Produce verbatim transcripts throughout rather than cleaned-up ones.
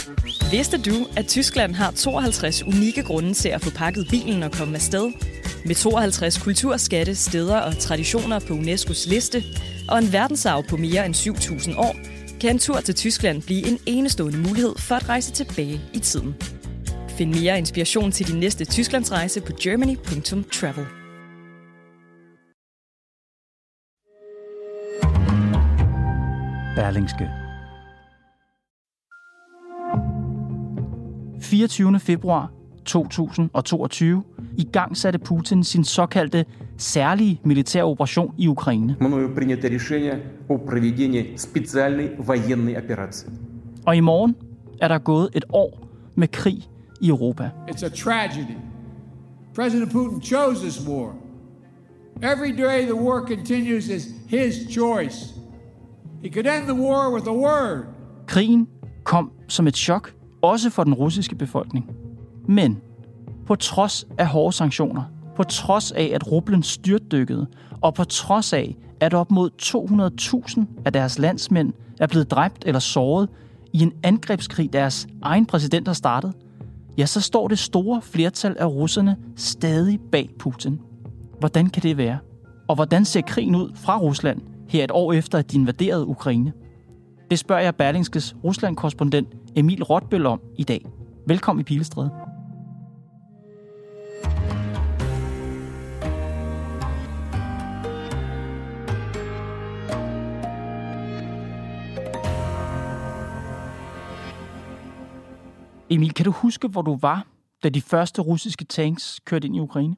Vidste du, at Tyskland har tooghalvtreds unikke grunde til at få pakket bilen og komme afsted? Med tooghalvtreds kulturskatte, steder og traditioner på UNESCO's liste, og en verdensarv på mere end syv tusind år, kan en tur til Tyskland blive en enestående mulighed for at rejse tilbage i tiden. Find mere inspiration til din næste Tysklandsrejse på germany punktum travel. Berlingske. fireogtyvende februar to tusind og toogtyve igangsatte Putin sin såkaldte særlige militære operation i Ukraine. Мною принято решение о проведении специальной военной операции. Og i morgen er der gået et år med krig i Europa. It's a tragedy. President Putin chose this war. Every day the war continues is his choice. He could end the war with a word. Krigen kom som et chok, også for den russiske befolkning. Men på trods af hårde sanktioner, på trods af, at rublen styrtdykkede, og på trods af, at op mod to hundrede tusind af deres landsmænd er blevet dræbt eller såret i en angrebskrig, deres egen præsident har startet, ja, så står det store flertal af russerne stadig bag Putin. Hvordan kan det være? Og hvordan ser krigen ud fra Rusland her et år efter, at de invaderede Ukraine? Det spørger jeg Berlingskes Rusland-korrespondent Emil Rotbøl om i dag. Velkommen i Pilestræde. Emil, kan du huske, hvor du var, da de første russiske tanks kørte ind i Ukraine?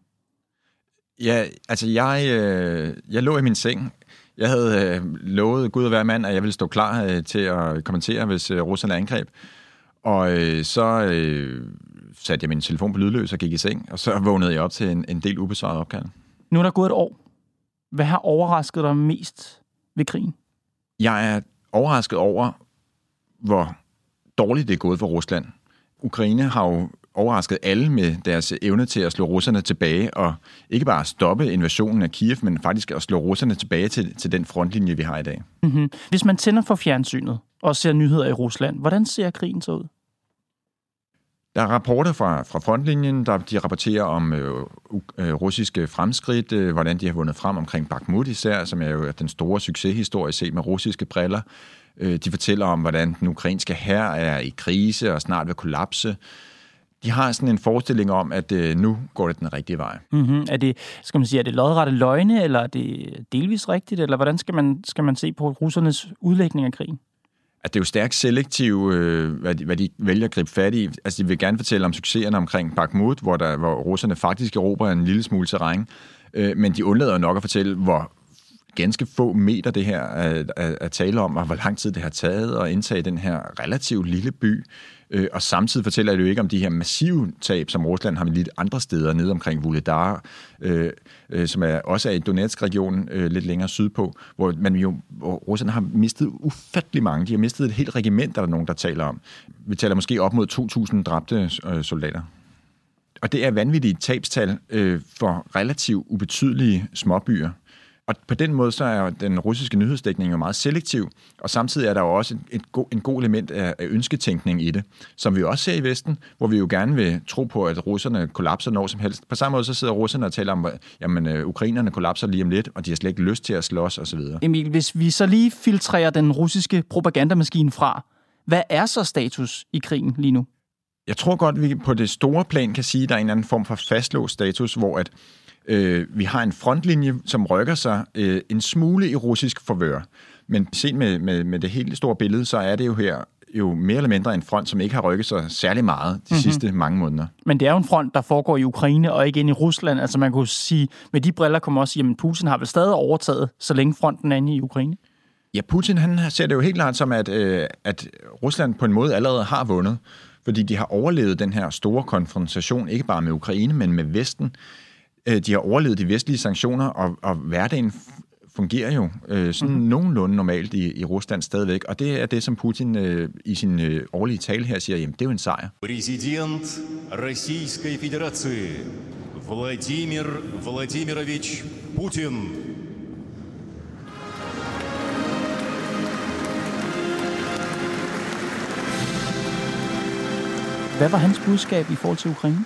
Ja, altså jeg, øh, jeg lå i min seng. Jeg havde øh, lovet Gud og hver mand, at jeg ville stå klar øh, til at kommentere, hvis øh, russerne angreb. Og øh, så øh, satte jeg min telefon på lydløs og gik i seng, og så vågnede jeg op til en, en del ubesvaret opkald. Nu er der gået et år. Hvad har overrasket dig mest ved krigen? Jeg er overrasket over, hvor dårligt det er gået for Rusland. Ukraine har jo overrasket alle med deres evne til at slå russerne tilbage, og ikke bare stoppe invasionen af Kiev, men faktisk at slå russerne tilbage til, til den frontlinje, vi har i dag. Mm-hmm. Hvis man tænder for fjernsynet og ser nyheder i Rusland, hvordan ser krigen så ud? Der er rapporter fra, fra frontlinjen, der de rapporterer om øh, øh, russiske fremskridt, øh, hvordan de har vundet frem omkring Bakhmut især, som er jo den store succeshistorie set med russiske briller. Øh, de fortæller om, hvordan den ukrainske hær er i krise og snart vil kollapse. De har sådan en forestilling om, at øh, nu går det den rigtige vej. Mm-hmm. Er det, skal man sige, er det lodrette løgne, eller er det delvis rigtigt, eller hvordan skal man, skal man se på russernes udlægning af krigen? At det er jo stærkt selektivt, øh, hvad, de, hvad de vælger at gribe fat i. Altså, de vil gerne fortælle om succeserne omkring Bakhmut, hvor, der, hvor russerne faktisk erobrer en lille smule terræn, øh, men de undlader nok at fortælle, hvor ganske få meter det her er, er, er tale om, og hvor lang tid det har taget at indtage den her relativt lille by. Øh, og samtidig fortæller det jo ikke om de her massive tab, som Rusland har med lidt andre steder, nede omkring Vuhledar, øh, øh, som er, også er i Donetsk-regionen øh, lidt længere sydpå, hvor man jo, hvor Rusland har mistet ufattelig mange. De har mistet et helt regiment, der er nogen, der taler om. Vi taler måske op mod to tusind dræbte øh, soldater. Og det er vanvittige tabstal øh, for relativt ubetydelige småbyer. Og på den måde så er den russiske nyhedsdækning jo meget selektiv, og samtidig er der jo også et, et go, en god element af, af ønsketænkning i det, som vi også ser i Vesten, hvor vi jo gerne vil tro på, at russerne kollapser når som helst. På samme måde så sidder russerne og taler om, jamen øh, ukrainerne kollapser lige om lidt, og de har slet ikke lyst til at slås osv. Emil, hvis vi så lige filtrerer den russiske propagandamaskine fra, hvad er så status i krigen lige nu? Jeg tror godt, at vi på det store plan kan sige, at der er en anden form for fastlåst status, hvor at Øh, vi har en frontlinje, som rykker sig øh, en smule i russisk forvør. Men set med, med, med det helt store billede, så er det jo her jo mere eller mindre en front, som ikke har rykket sig særlig meget de mm-hmm. sidste mange måneder. Men det er jo en front, der foregår i Ukraine og ikke inde i Rusland. Altså man kunne sige, med de briller kunne man også sige, at Putin har vel stadig overtaget, så længe fronten er inde i Ukraine? Ja, Putin han ser det jo helt klart som, at, øh, at Rusland på en måde allerede har vundet, fordi de har overlevet den her store konfrontation, ikke bare med Ukraine, men med Vesten. De har overlevet de vestlige sanktioner, og, og hverdagen fungerer jo øh, sådan mm-hmm. nogenlunde normalt i, i Rusland stadigvæk. Og det er det, som Putin øh, i sin øh, årlige tale her siger, jamen det er jo en sejr. Præsident Российской Føderation, Vladimir Vladimirovich Putin. Hvad var hans budskab i forhold til Ukraine?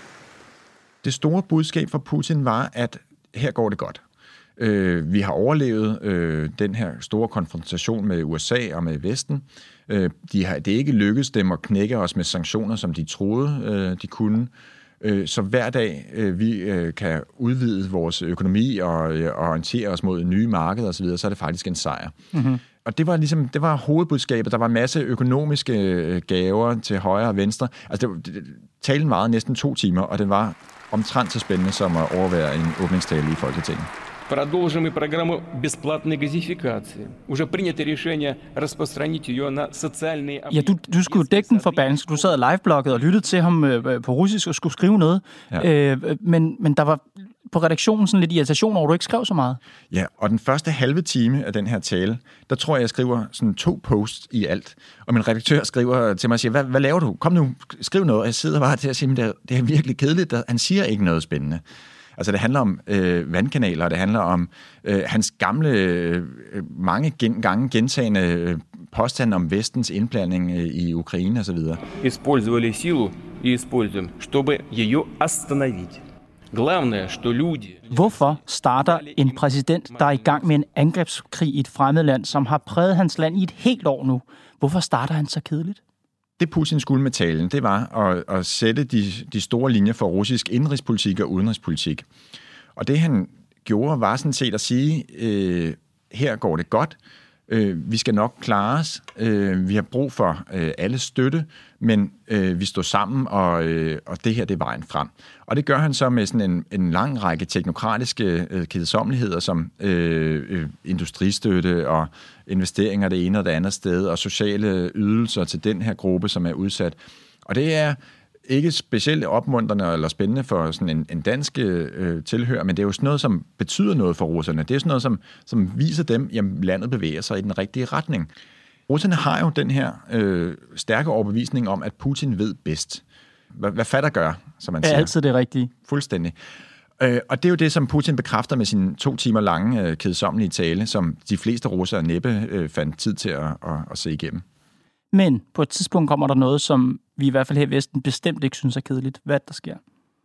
Det store budskab fra Putin var, at her går det godt. Øh, vi har overlevet øh, den her store konfrontation med U S A og med Vesten. Øh, de har, det er ikke lykkedes dem at knække os med sanktioner, som de troede, øh, de kunne. Øh, så hver dag øh, vi øh, kan udvide vores økonomi og, øh, og orientere os mod nye markeder osv., så er det faktisk en sejr. Mm-hmm. Og det var ligesom, det var hovedbudskabet. Der var en masse økonomiske gaver til højre og venstre. Altså, det, det, talen varede næsten to timer, og den var omtrent så spændende som at overvære en åbningstale i Folketinget. Продолжим и программу бесплатной газификации. Уже принято решение распространить ее на социальные... Ja, du, du skulle dække den for Berlingske. Du sad og liveblogget og lyttede til ham øh, på russisk og skulle skrive noget. Ja. Øh, men, men der var på redaktionen sådan lidt irritation over, du ikke skrev så meget. Ja, og den første halve time af den her tale, der tror jeg, jeg skriver sådan to posts i alt. Og min redaktør skriver til mig og siger, hvad, hvad laver du? Kom nu, skriv noget. Og jeg sidder bare til at sige, men det er, det er virkelig kedeligt. Han siger ikke noget spændende. Altså, det handler om øh, vandkanaler, det handler om øh, hans gamle, øh, mange gen, gange gentagende øh, påstande om Vestens indblanding øh, i Ukraine osv. Использовали силу и используем, чтобы ее остановить. Главное, что люди... Hvorfor starter en præsident, der er i gang med en angrebskrig i et fremmed land, som har præget hans land i et helt år nu? Hvorfor starter han så kedeligt? Det Putin skulle med talen, det var at, at sætte de, de store linjer for russisk indrigspolitik og udenrigspolitik. Og det han gjorde, var sådan set at sige, øh, her går det godt, øh, vi skal nok klare os, øh, vi har brug for øh, alle støtte, men øh, vi står sammen, og, øh, og det her det er vejen frem. Og det gør han så med sådan en, en lang række teknokratiske øh, kedsommeligheder, som øh, øh, industristøtte og investeringer det ene og det andet sted, og sociale ydelser til den her gruppe, som er udsat. Og det er ikke specielt opmuntrende eller spændende for sådan en, en dansk øh, tilhør, men det er jo sådan noget, som betyder noget for russerne. Det er sådan noget, som, som viser dem, at landet bevæger sig i den rigtige retning. Russerne har jo den her øh, stærke overbevisning om, at Putin ved bedst. Hvad, hvad fatter gør, som man siger. Er altid det rigtige. Fuldstændig. Øh, og det er jo det, som Putin bekræfter med sin to timer lange øh, kedsommelige tale, som de fleste russere næppe øh, fandt tid til at, at, at se igennem. Men på et tidspunkt kommer der noget, som vi i hvert fald her i Vesten bestemt ikke synes er kedeligt. Hvad der sker?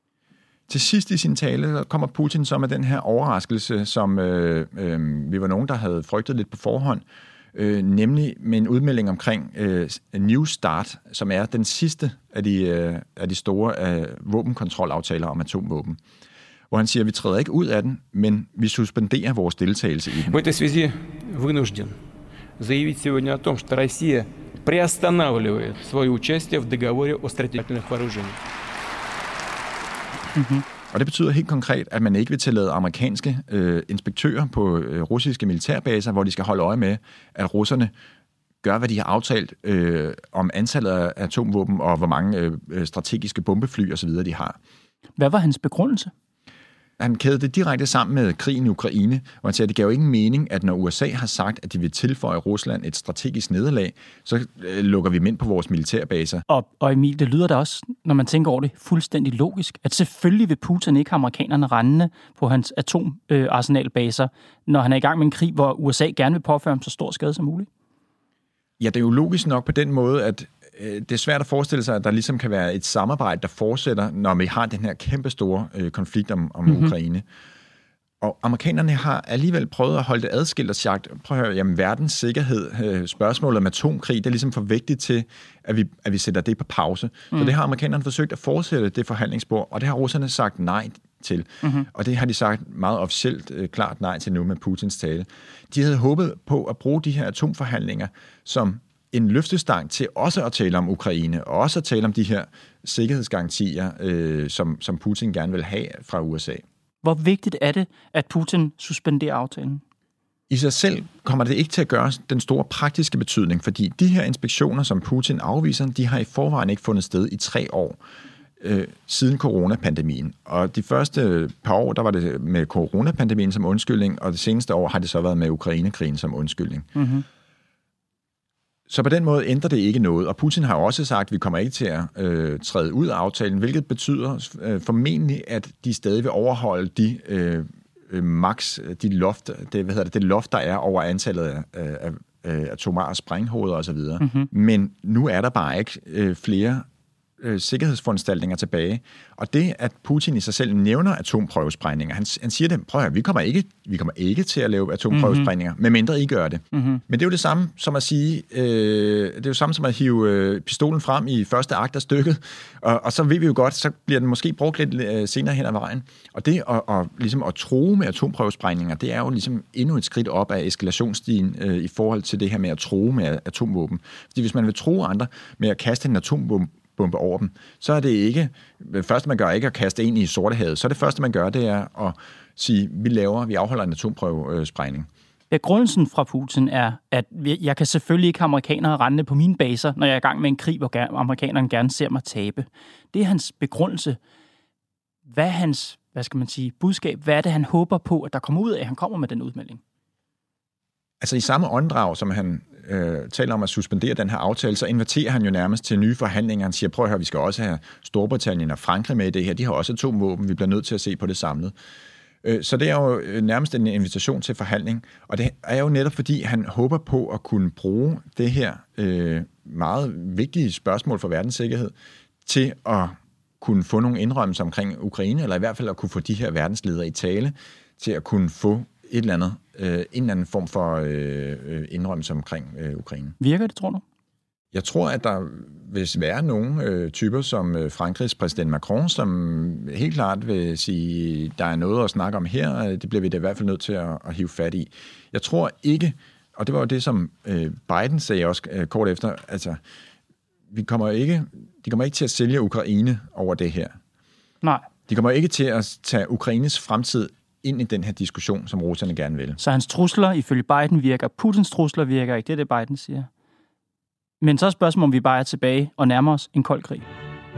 Til sidst i sin tale kommer Putin så med den her overraskelse, som øh, øh, vi var nogen, der havde frygtet lidt på forhånd, øh, nemlig med en udmelding omkring øh, New Start, som er den sidste af de, øh, af de store øh, våbenkontrolaftaler om atomvåben. Hvor han siger, at vi træder ikke ud af den, men vi suspenderer vores deltagelse i den. В этой связи вынужден заявить сегодня о том, что Россия приостанавливает свое участие в договоре о стратегических вооружениях. Mm-hmm. Og det betyder helt konkret, at man ikke vil tillade amerikanske øh, inspektører på øh, russiske militærbaser, hvor de skal holde øje med, at russerne gør, hvad de har aftalt øh, om antallet af atomvåben og hvor mange øh, strategiske bombefly osv. de har. Hvad var hans begrundelse? Han kædede det direkte sammen med krigen i Ukraine, hvor han siger, at det gav jo ingen mening, at når U S A har sagt, at de vil tilføje Rusland et strategisk nederlag, så øh, lukker vi dem ind på vores militærbaser. Og, og Emil, det lyder da også, når man tænker over det, fuldstændig logisk, at selvfølgelig vil Putin ikke have amerikanerne rendende på hans atomarsenalbaser, øh, når han er i gang med en krig, hvor U S A gerne vil påføre ham så stor skade som muligt. Ja, det er jo logisk nok på den måde, at det er svært at forestille sig, at der ligesom kan være et samarbejde, der fortsætter, når vi har den her kæmpestore øh, konflikt om, om mm-hmm. Ukraine. Og amerikanerne har alligevel prøvet at holde det adskilt og sagt, prøv at høre, jamen verdens sikkerhed, øh, spørgsmålet om atomkrig, det er ligesom for vigtigt til, at vi, at vi sætter det på pause. Mm. Så det har amerikanerne forsøgt at fortsætte det forhandlingsspor, og det har russerne sagt nej til. Mm-hmm. Og det har de sagt meget officielt øh, klart nej til nu med Putins tale. De havde håbet på at bruge de her atomforhandlinger som en løftestang til også at tale om Ukraine, og også at tale om de her sikkerhedsgarantier, øh, som, som Putin gerne vil have fra U S A. Hvor vigtigt er det, at Putin suspenderer aftalen? I sig selv kommer det ikke til at gøre den store praktiske betydning, fordi de her inspektioner, som Putin afviser, de har i forvejen ikke fundet sted i tre år øh, siden coronapandemien. Og de første par år, der var det med coronapandemien som undskyldning, og det seneste år har det så været med Ukrainekrigen som undskyldning. Mm-hmm. Så på den måde ændrer det ikke noget, og Putin har også sagt, at vi kommer ikke til at øh, træde ud af aftalen, hvilket betyder øh, formentlig, at de stadig vil overholde de øh, max, de loft, det, hvad hedder det, det loft, der er over antallet af, af, af atomare sprænghoveder osv. Mm-hmm. Men nu er der bare ikke øh, flere øh, sikkerhedsforanstaltninger tilbage. Og det, at Putin i sig selv nævner atomprøvesprængninger, han, han siger det, prøv at høre, vi kommer ikke, vi kommer ikke til at lave atomprøvesprængninger, mm-hmm. medmindre I gør det. Mm-hmm. Men det er jo det samme som at sige, øh, det er jo samme som at hive øh, pistolen frem i første akt af stykket, og, og så ved vi jo godt, så bliver den måske brugt lidt øh, senere hen ad vejen. Og det at, og, ligesom at true med atomprøvesprængninger, det er jo ligesom endnu et skridt op af eskalationsstigen øh, i forhold til det her med at true med atomvåben. Fordi hvis man vil true andre med at kaste en atombombe over dem, så er det ikke, det første man gør ikke at kaste en i Sortehavet, så det første man gør, det er at sige, vi laver, vi afholder en atomprøvesprængning. Begrundelsen fra Putin er, at jeg kan selvfølgelig ikke have amerikanere rendende på mine baser, når jeg er i gang med en krig, hvor amerikanerne gerne ser mig tabe. Det er hans begrundelse. Hvad er hans, hvad skal man sige, budskab? Hvad er det, han håber på, at der kommer ud af, at han kommer med den udmelding? Altså i samme åndedrag, som han øh, taler om at suspendere den her aftale, så inviterer han jo nærmest til nye forhandlinger. Han siger, prøv at høre, vi skal også have Storbritannien og Frankrig med i det her. De har også atomvåben. Vi bliver nødt til at se på det samlet. Øh, så det er jo nærmest en invitation til forhandling. Og det er jo netop, fordi han håber på at kunne bruge det her øh, meget vigtige spørgsmål for verdens sikkerhed til at kunne få nogle indrømmelser omkring Ukraine, eller i hvert fald at kunne få de her verdensledere i tale til at kunne få et eller andet, øh, en eller anden form for øh, indrømmelse omkring øh, Ukraine. Virker det, tror du? Jeg tror, at der vil være nogle øh, typer som øh, Frankrigs præsident Macron, som helt klart vil sige, der er noget at snakke om her, det bliver vi da i hvert fald nødt til at, at hive fat i. Jeg tror ikke, og det var jo det, som øh, Biden sagde også øh, kort efter, altså, vi kommer ikke, de kommer ikke til at sælge Ukraine over det her. Nej. De kommer ikke til at tage Ukraines fremtid ind i den her diskussion, som russerne gerne vil. Så hans trusler ifølge Biden virker, Putins trusler virker ikke, det er det, Biden siger. Men så er spørgsmålet, om vi bare er tilbage og nærmer os en kold krig.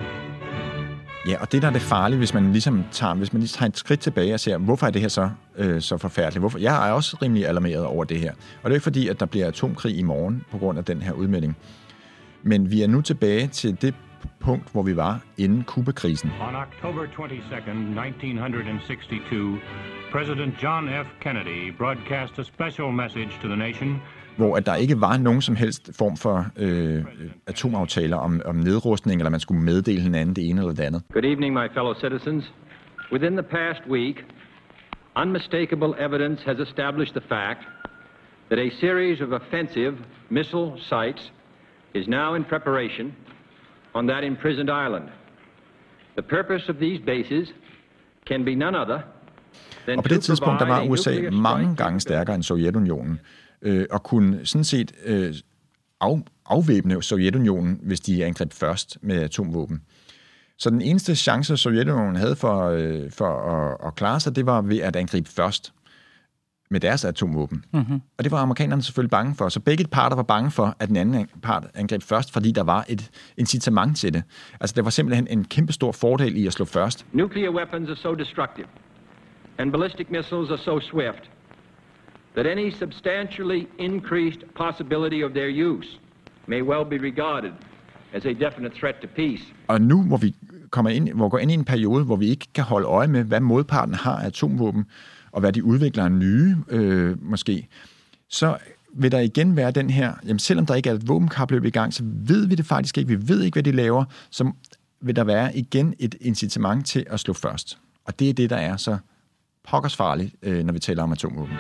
Ja, og det der er det farlige, hvis man ligesom tager, hvis man lige tager et skridt tilbage og ser, hvorfor er det her så, øh, så forfærdeligt? Hvorfor? Jeg er også rimelig alarmeret over det her. Og det er ikke fordi, at der bliver atomkrig i morgen på grund af den her udmelding. Men vi er nu tilbage til det punkt, hvor vi var inden Kuba-krisen. On October twenty-second, nineteen sixty-two, President John F. Kennedy broadcast a special message to the nation, hvor at der ikke var nogen som helst form for øh, atomaftaler om, om nedrustning, eller man skulle meddele hinanden det ene eller det andet. Good evening, my fellow citizens. Within the past week, unmistakable evidence has established the fact that a series of offensive missile sites is now in preparation on that imprisoned island. The purpose of these bases can be none other than og på det tidspunkt, der var U S A mange gange stærkere end Sovjetunionen, øh, og kunne sådan set øh, af, afvæbne Sovjetunionen, hvis de angreb først med atomvåben. Så den eneste chance, Sovjetunionen havde for, øh, for at, at klare sig, det var ved at angribe først med deres atomvåben. Mm-hmm. Og det var amerikanerne selvfølgelig bange for. Så begge parter var bange for, at den anden part angreb først, fordi der var et incitament til det. Altså, der var simpelthen en kæmpe stor fordel i at slå først. Nuclear weapons are so destructive, and ballistic missiles are so swift, that any substantially increased possibility of their use may well be regarded as a definite threat to peace. Og nu, hvor vi kommer ind, hvor vi går ind i en periode, hvor vi ikke kan holde øje med, hvad modparten har af atomvåben, og hvad de udvikler af nye, øh, måske, så vil der igen være den her, jamen selvom der ikke er et våbenkapløb i gang, så ved vi det faktisk ikke, vi ved ikke, hvad de laver, så vil der være igen et incitament til at slå først. Og det er det, der er så pokkersfarligt, øh, når vi taler om atomvåben.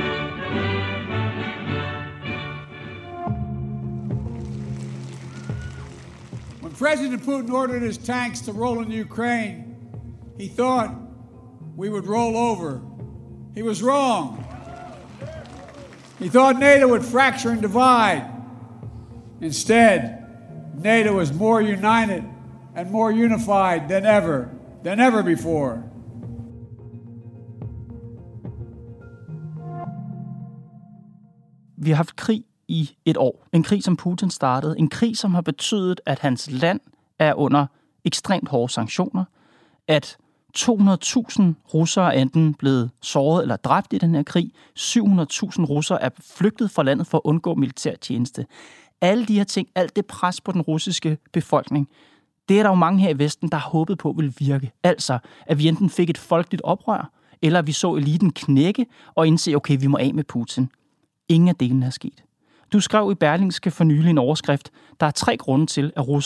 When President Putin ordered his tanks to roll into Ukraine, he thought we would roll over. He was wrong. He thought NATO would fracture and divide. Instead, NATO is more united and more unified than ever, than ever before. Vi har haft krig i et år. En krig, som Putin startede. En krig, som har betydet, at hans land er under ekstremt hårde sanktioner. At to hundrede tusind russere er enten blevet såret eller dræbt i den her krig. syv hundrede tusind russere er flygtet fra landet for at undgå militærtjeneste. Alle de her ting, alt det pres på den russiske befolkning, det er der jo mange her i Vesten, der har håbet på ville virke. Altså, at vi enten fik et folkeligt oprør, eller at vi så eliten knække og indse, okay, vi må af med Putin. Ingen af delene er sket. Du skrev i Berlingske for nylig en overskrift, der er tre grunde til, at russerne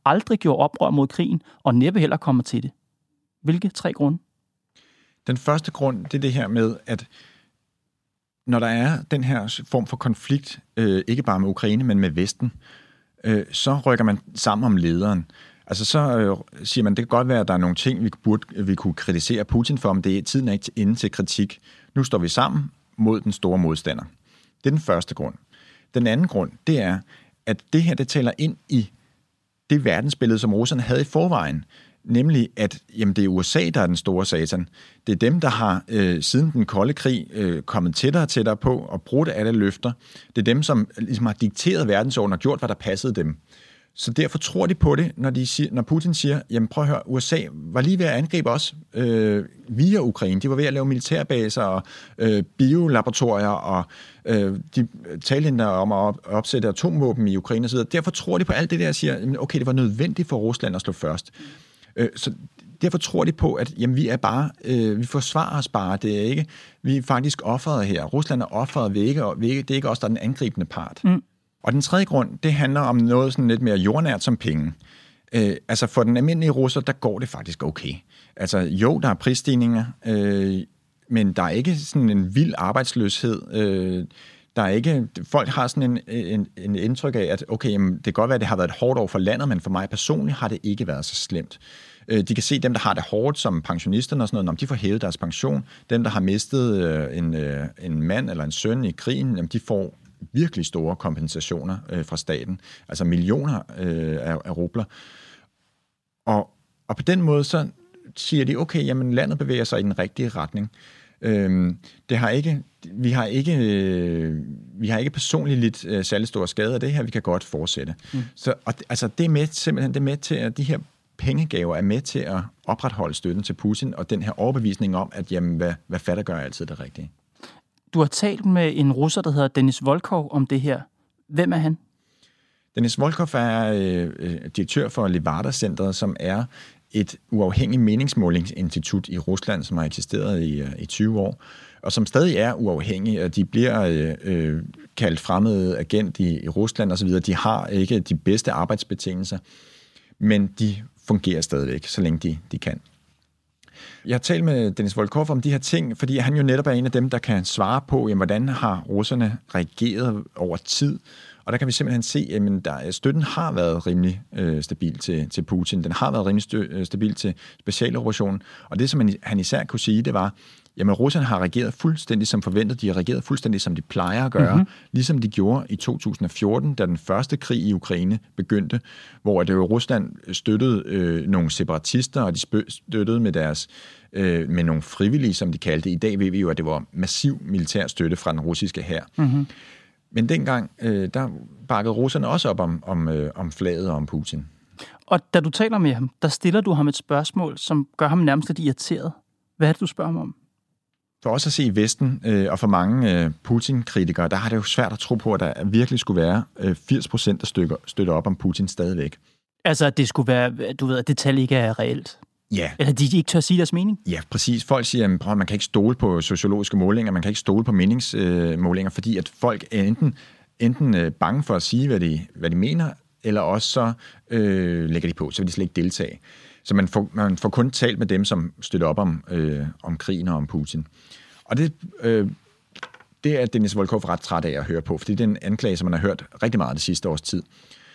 aldrig gjorde oprør mod krigen, og næppe heller kommer til det. Hvilke tre grunde? Den første grund, det er det her med, at når der er den her form for konflikt, øh, ikke bare med Ukraine, men med Vesten, øh, så rykker man sammen om lederen. Altså så øh, siger man, det kan godt være, at der er nogle ting, vi, burde, vi kunne kritisere Putin for, men det er tiden er ikke inde til kritik. Nu står vi sammen mod den store modstander. Det er den første grund. Den anden grund, det er, at det her, det taler ind i det verdensbillede, som russerne havde i forvejen. Nemlig, at jamen, det er U S A, der er den store satan. Det er dem, der har øh, siden den kolde krig øh, kommet tættere og tættere på og brugt alle løfter. Det er dem, som ligesom har dikteret verdensordenen og gjort, hvad der passede dem. Så derfor tror de på det, når, de siger, når Putin siger, jamen prøv at høre, U S A var lige ved at angribe os øh, via Ukraine. De var ved at lave militærbaser og øh, biolaboratorier, og øh, de talte endda om at opsætte atomvåben i Ukraine osv. Derfor tror de på alt det der og siger, okay, det var nødvendigt for Rusland at slå først. Øh, så derfor tror de på, at jamen, vi er bare, øh, vi forsvarer os bare. Det er ikke, vi er faktisk offeret her. Rusland er offeret, vi er ikke, vi er ikke, det er ikke os, der er den angribende part. Mm. Og den tredje grund, det handler om noget sådan lidt mere jordnært som penge. Øh, altså for den almindelige russer, der går det faktisk okay. Altså jo, der er prisstigninger, øh, men der er ikke sådan en vild arbejdsløshed. Øh, der er ikke, folk har sådan en, en, en indtryk af, at okay, jamen, det kan godt være, at det har været et hårdt år for landet, men for mig personligt har det ikke været så slemt. Øh, de kan se dem, der har det hårdt, som pensionisterne og sådan noget, når de får hævet deres pension. Dem, der har mistet øh, en, øh, en mand eller en søn i krigen, jamen, de får virkelig store kompensationer øh, fra staten, altså millioner øh, af, af rubler. Og, og på den måde så siger de, okay, jamen landet bevæger sig i den rigtige retning. Øhm, det har ikke, vi har ikke, øh, vi har ikke personligt lidt øh, særlig store skader af det her, vi kan godt fortsætte. Mm. Så og, altså det er med simpelthen det er med til at de her pengegaver er med til at opretholde støtten til Putin og den her overbevisning om, at jamen hvad hvad fatter gør altid det rigtige. Du har talt med en russer, der hedder Denis Volkov, om det her. Hvem er han? Denis Volkov er øh, direktør for Levada-centret, som er et uafhængigt meningsmålingsinstitut i Rusland, som har eksisteret i, øh, i tyve år, og som stadig er uafhængig, og de bliver øh, øh, kaldt fremmede agent i, i Rusland osv. De har ikke de bedste arbejdsbetingelser, men de fungerer stadigvæk, så længe de, de kan. Jeg har talt med Denis Volkov om de her ting, fordi han jo netop er en af dem, der kan svare på, jamen, hvordan har russerne reageret over tid. Og der kan vi simpelthen se, at støtten har været rimelig øh, stabil til, til Putin. Den har været rimelig stø, stabil til specialoperationen. Og det, som han, han især kunne sige, det var, jamen russerne har reageret fuldstændig som forventet. De har reageret fuldstændig som de plejer at gøre. Mm-hmm. Ligesom de gjorde i to tusind og fjorten, da den første krig i Ukraine begyndte, hvor det jo Rusland støttede øh, nogle separatister, og de støttede med deres øh, med nogle frivillige, som de kaldte. I dag ved vi jo, at det var massiv militær støtte fra den russiske hær. Mm-hmm. Men dengang, øh, der bakkede russerne også op om, om, øh, om flaget og om Putin. Og da du taler med ham, der stiller du ham et spørgsmål, som gør ham nærmest lidt irriteret. Hvad er det, du spørger ham om? For os at se i Vesten, øh, og for mange øh, Putin-kritikere, der har det jo svært at tro på, at der virkelig skulle være øh, firs procent, der stykker, støtter op om Putin stadigvæk. Altså, at det skulle være, du ved, at det tal ikke er reelt? Ja. Eller de ikke tør sige deres mening? Ja, præcis. Folk siger, at man kan ikke stole på sociologiske målinger, man kan ikke stole på meningsmålinger, fordi at folk er enten, enten bange for at sige, hvad de, hvad de mener, eller også så øh, lægger de på, så vil de slet ikke deltage. Så man får, man får kun talt med dem, som støtter op om, øh, om krigen og om Putin. Og det, øh, det er Denis Volkov ret træt af at høre på, fordi det er en anklage, som man har hørt rigtig meget det sidste års tid.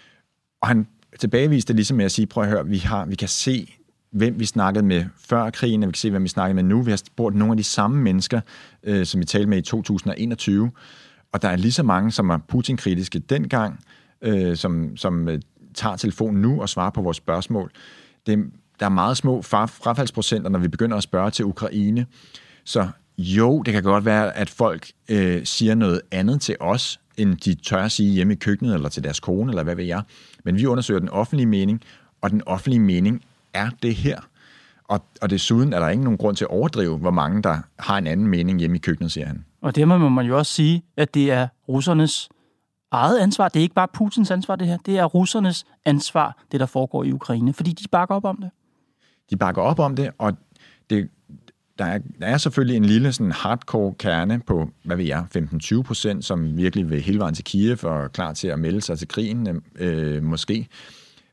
Og han tilbageviste ligesom med at sige, prøv at høre, vi, har, vi kan se, hvem vi snakkede med før krigen, og vi kan se, hvem vi snakkede med nu. Vi har spurgt nogle af de samme mennesker, øh, som vi talte med i to tusind og enogtyve, og der er lige så mange, som er Putin-kritiske dengang, øh, som, som øh, tager telefonen nu og svarer på vores spørgsmål. Det, der er meget små frafaldsprocenter, når vi begynder at spørge til Ukraine. Så jo, det kan godt være, at folk øh, siger noget andet til os, end de tør at sige hjemme i køkkenet, eller til deres kone, eller hvad ved jeg. Men vi undersøger den offentlige mening, og den offentlige mening er det her. Og, og desuden er der ikke nogen grund til at overdrive, hvor mange der har en anden mening hjemme i køkkenet, siger han. Og det må man jo også sige, at det er russernes eget ansvar. Det er ikke bare Putins ansvar, det her. Det er russernes ansvar, det der foregår i Ukraine, fordi de bakker op om det. De bakker op om det, og det, der, er, der er selvfølgelig en lille sådan hardcore kerne på, hvad ved jeg, femten til tyve procent, som virkelig vil hele vejen til Kiev og er klar til at melde sig til krigen, øh, måske.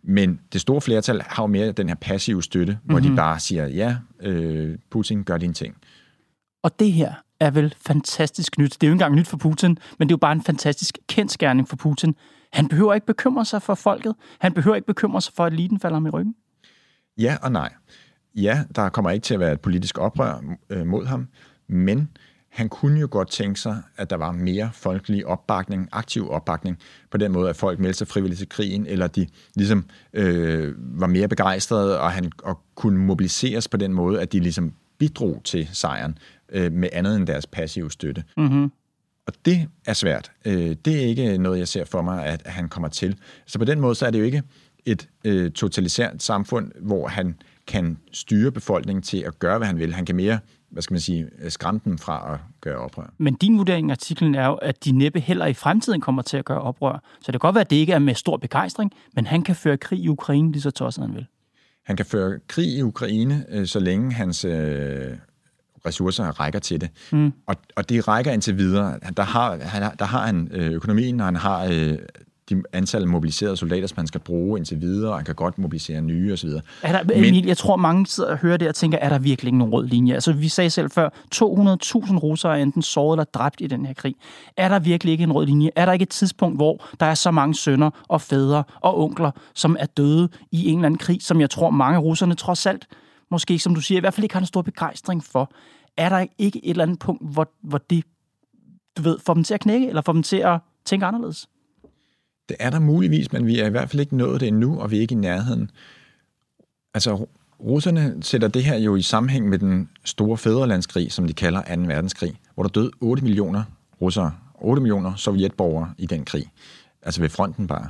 Men det store flertal har jo mere den her passive støtte, mm-hmm. hvor de bare siger, ja, øh, Putin gør dine ting. Og det her er vel fantastisk nyt. Det er jo ikke engang nyt for Putin, men det er jo bare en fantastisk kendsgerning for Putin. Han behøver ikke bekymre sig for folket. Han behøver ikke bekymre sig for, at eliten falder ham i ryggen. Ja og nej. Ja, der kommer ikke til at være et politisk oprør øh, mod ham, men han kunne jo godt tænke sig, at der var mere folkelig opbakning, aktiv opbakning, på den måde, at folk meldte sig frivilligt til krigen, eller de ligesom øh, var mere begejstrede, og han og kunne mobiliseres på den måde, at de ligesom bidrog til sejren øh, med andet end deres passive støtte. Mm-hmm. Og det er svært. Øh, det er ikke noget, jeg ser for mig, at, at han kommer til. Så på den måde, så er det jo ikke et øh, totalitært samfund, hvor han kan styre befolkningen til at gøre, hvad han vil. Han kan mere, hvad skal man sige, skræmme dem fra at gøre oprør. Men din vurdering af artiklen er jo, at de næppe heller i fremtiden kommer til at gøre oprør. Så det kan godt være, at det ikke er med stor begejstring, men han kan føre krig i Ukraine lige så tosset han vil. Han kan føre krig i Ukraine, øh, så længe hans øh, ressourcer rækker til det. Mm. Og, og det rækker indtil videre. Der har, han, der har han øh, økonomien, og han har øh, de antal mobiliserede soldater, som han skal bruge indtil videre, og han kan godt mobilisere nye osv. Er der, Men, Emil, jeg tror, mange sidder og hører det og tænker, er der virkelig ikke nogen rød linje? Altså, vi sagde selv før, to hundrede tusind russere er enten såret eller dræbt i den her krig. Er der virkelig ikke en rød linje? Er der ikke et tidspunkt, hvor der er så mange sønner og fædre og onkler, som er døde i en eller anden krig, som jeg tror, mange russerne trods alt, måske som du siger, i hvert fald ikke har en stor begejstring for? Er der ikke et eller andet punkt, hvor, hvor det, du ved, får dem til at knække, eller får dem til at tænke anderledes? Det er der muligvis, men vi er i hvert fald ikke nået det endnu, og vi er ikke i nærheden. Altså, russerne sætter det her jo i sammenhæng med den store fædrelandskrig, som de kalder anden verdenskrig, hvor der døde otte millioner russere, otte millioner sovjetborgere i den krig. Altså ved fronten bare.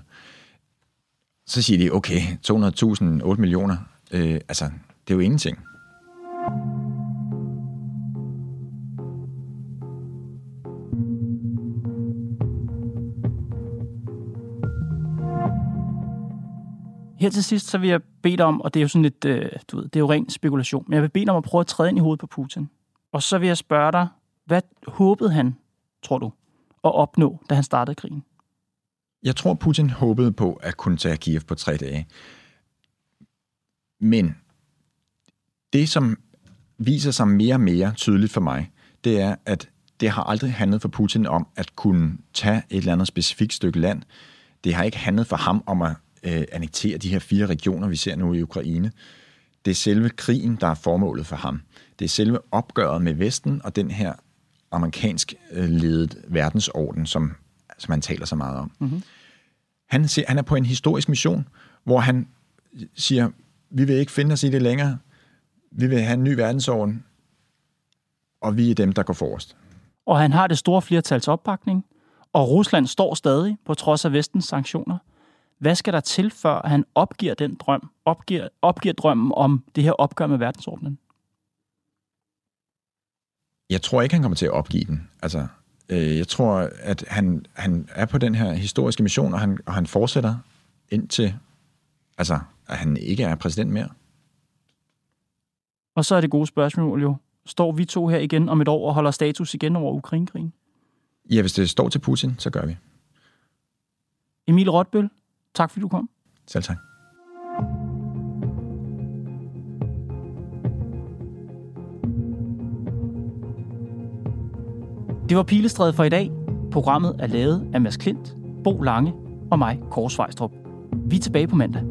Så siger de, okay, to hundrede tusind, otte millioner, øh, altså, det er jo ingenting. Her til sidst, så vil jeg bede dig om, og det er jo sådan lidt, øh, du ved, det er jo ren spekulation, men jeg vil bede dig om at prøve at træde ind i hovedet på Putin. Og så vil jeg spørge dig, hvad håbede han, tror du, at opnå, da han startede krigen? Jeg tror, Putin håbede på at kunne tage Kiev på tre dage. Men det, som viser sig mere og mere tydeligt for mig, det er, at det har aldrig handlet for Putin om at kunne tage et eller andet specifikt stykke land. Det har ikke handlet for ham om at øh, annektere de her fire regioner, vi ser nu i Ukraine. Det er selve krigen, der er formålet for ham. Det er selve opgøret med Vesten og den her amerikansk ledet verdensorden, som, som han taler så meget om. Mm-hmm. Han, ser, han er på en historisk mission, hvor han siger, vi vil ikke finde os i det længere. Vi vil have en ny verdensorden, og vi er dem, der går forrest. Og han har det store flertals opbakning, og Rusland står stadig på trods af Vestens sanktioner. Hvad skal der til, før han opgiver den drøm, opgiver, opgiver drømmen om det her opgør med verdensordenen? Jeg tror ikke, han kommer til at opgive den. Altså, øh, jeg tror, at han, han er på den her historiske mission, og han, og han fortsætter indtil, altså, at han ikke er præsident mere. Og så er det gode spørgsmål jo. Står vi to her igen om et år og holder status igen over Ukraine-krigen? Ja, hvis det står til Putin, så gør vi. Emil Rotbøl, tak fordi du kom. Selv tak. Det var Pilestræde for i dag. Programmet er lavet af Mads Klint, Bo Lange og mig, Kåre Svejstrup. Vi er tilbage på mandag.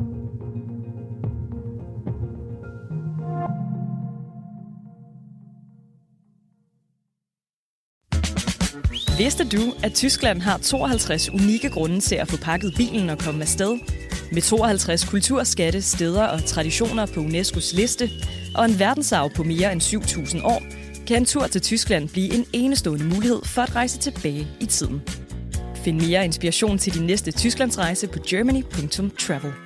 Vidste du, at Tyskland har tooghalvtreds unikke grunde til at få pakket bilen og komme afsted? Med tooghalvtreds kulturskatte, steder og traditioner på UNESCOs liste, og en verdensarv på mere end syv tusind år, kan en tur til Tyskland blive en enestående mulighed for at rejse tilbage i tiden. Find mere inspiration til din næste Tysklandsrejse på germany punktum travel.